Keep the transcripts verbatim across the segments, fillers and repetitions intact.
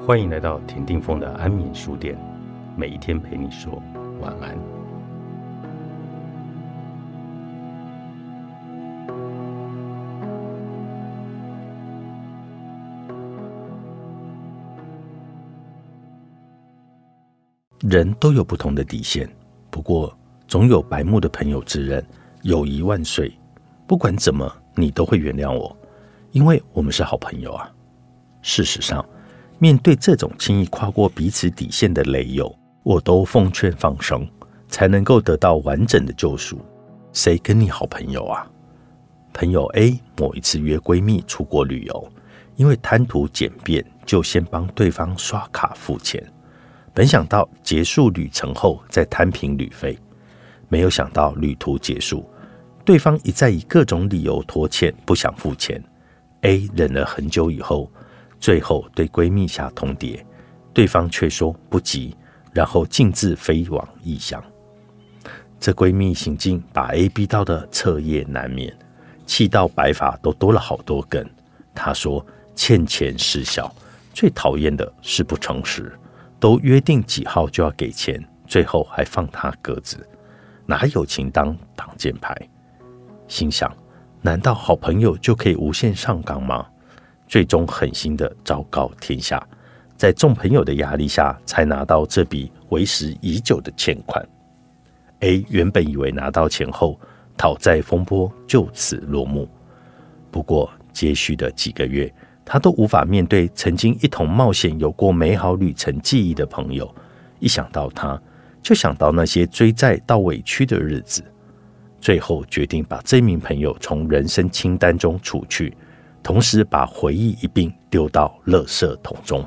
欢迎来到田定峰的安眠书店，每一天陪你说晚安。人都有不同的底线，不过总有白目的朋友自认友谊万岁，不管怎么你都会原谅我，因为我们是好朋友啊。事实上，面对这种轻易跨过彼此底线的雷友，我都奉劝放生，才能够得到完整的救赎。谁跟你好朋友啊？朋友 A 某一次约闺蜜出国旅游，因为贪图简便，就先帮对方刷卡付钱。本想到结束旅程后再摊平旅费，没有想到旅途结束，对方一再以各种理由拖欠，不想付钱。A 忍了很久以后，最后对闺蜜下通牒，对方却说不急，然后径自飞往异乡。这闺蜜行径把 A 逼到的彻夜难眠，气到白发都多了好多根。她说欠钱事小，最讨厌的是不诚实，都约定几号就要给钱，最后还放她鸽子，哪有情当挡箭牌？心想，难道好朋友就可以无限上纲吗？最终狠心的昭告天下，在众朋友的压力下，才拿到这笔为时已久的欠款。A 原本以为拿到钱后，讨债风波就此落幕。不过接续的几个月，他都无法面对曾经一同冒险有过美好旅程记忆的朋友，一想到他，就想到那些追债到委屈的日子。最后决定把这名朋友从人生清单中除去，同时把回忆一并丢到垃圾桶中。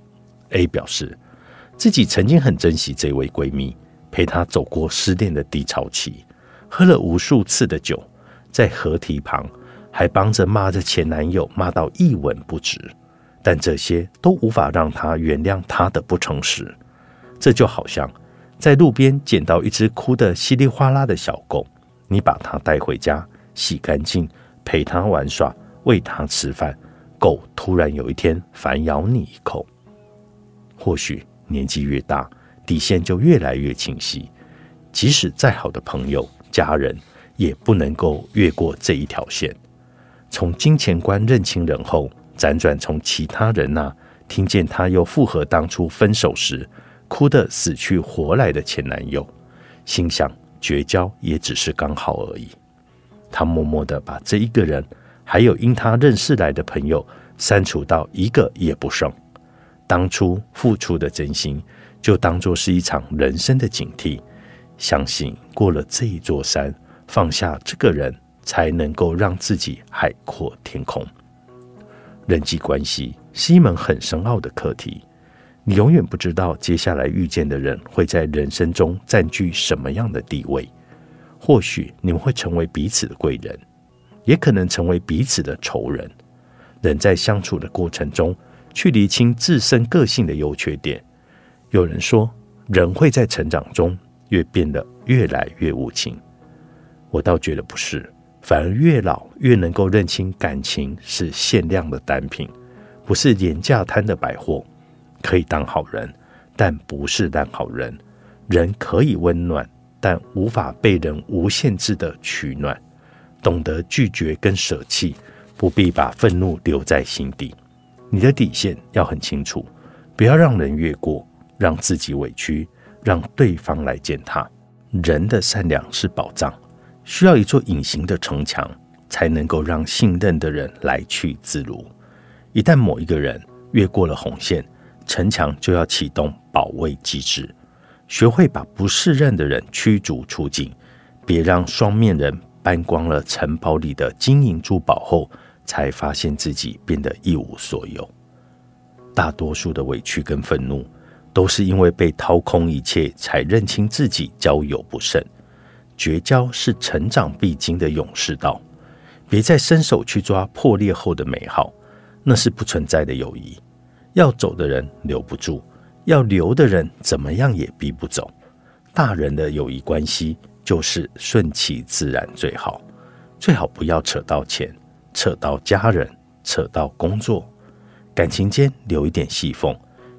A 表示自己曾经很珍惜这位闺蜜，陪她走过失恋的低潮期，喝了无数次的酒，在河堤旁还帮着骂着前男友，骂到一文不值，但这些都无法让她原谅她的不诚实。这就好像在路边捡到一只哭得稀里哗啦的小狗，你把它带回家，洗干净，陪它玩耍，喂它吃饭，狗突然有一天反咬你一口。或许年纪越大，底线就越来越清晰，即使再好的朋友、家人，也不能够越过这一条线。从金钱观认清人后，辗转从其他人那听见他又复合当初分手时哭得死去活来的前男友，心想绝交也只是刚好而已。他默默地把这一个人还有因他认识来的朋友删除到一个也不剩。当初付出的真心就当作是一场人生的警惕，相信过了这一座山，放下这个人，才能够让自己海阔天空。人际关系是一门很深奥的课题，你永远不知道接下来遇见的人会在人生中占据什么样的地位。或许你们会成为彼此的贵人，也可能成为彼此的仇人。人在相处的过程中，去厘清自身个性的优缺点。有人说，人会在成长中越变得越来越无情，我倒觉得不是，反而越老越能够认清感情是限量的单品，不是廉价摊的百货。可以当好人，但不是烂好人。人可以温暖，但无法被人无限制的取暖。懂得拒绝跟舍弃，不必把愤怒留在心底。你的底线要很清楚，不要让人越过，让自己委屈，让对方来践踏。人的善良是宝藏，需要一座隐形的城墙，才能够让信任的人来去自如。一旦某一个人越过了红线，城墙就要启动保卫机制，学会把不适任的人驱逐出境，别让双面人搬光了城堡里的金银珠宝后，才发现自己变得一无所有。大多数的委屈跟愤怒，都是因为被掏空一切，才认清自己交友不慎。绝交是成长必经的勇士道，别再伸手去抓破裂后的美好，那是不存在的友谊。要走的人留不住，要留的人怎么样也逼不走。大人的友谊关系就是顺其自然最好，最好不要扯到钱，扯到家人，扯到工作。感情间留一点细缝，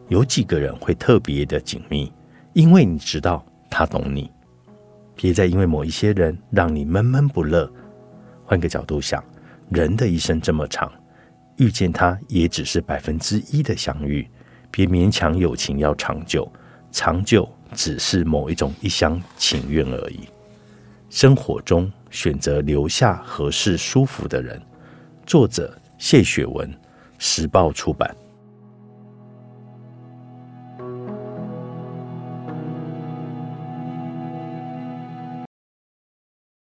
有几个人会特别的紧密，因为你知道他懂你。别再因为某一些人让你闷闷不乐。换个角度想，人的一生这么长，遇见他也只是百分之一的相遇。别勉强友情要长久，长久只是某一种一厢情愿而已。生活中选择留下合适舒服的人。作者谢雪文，时报出版。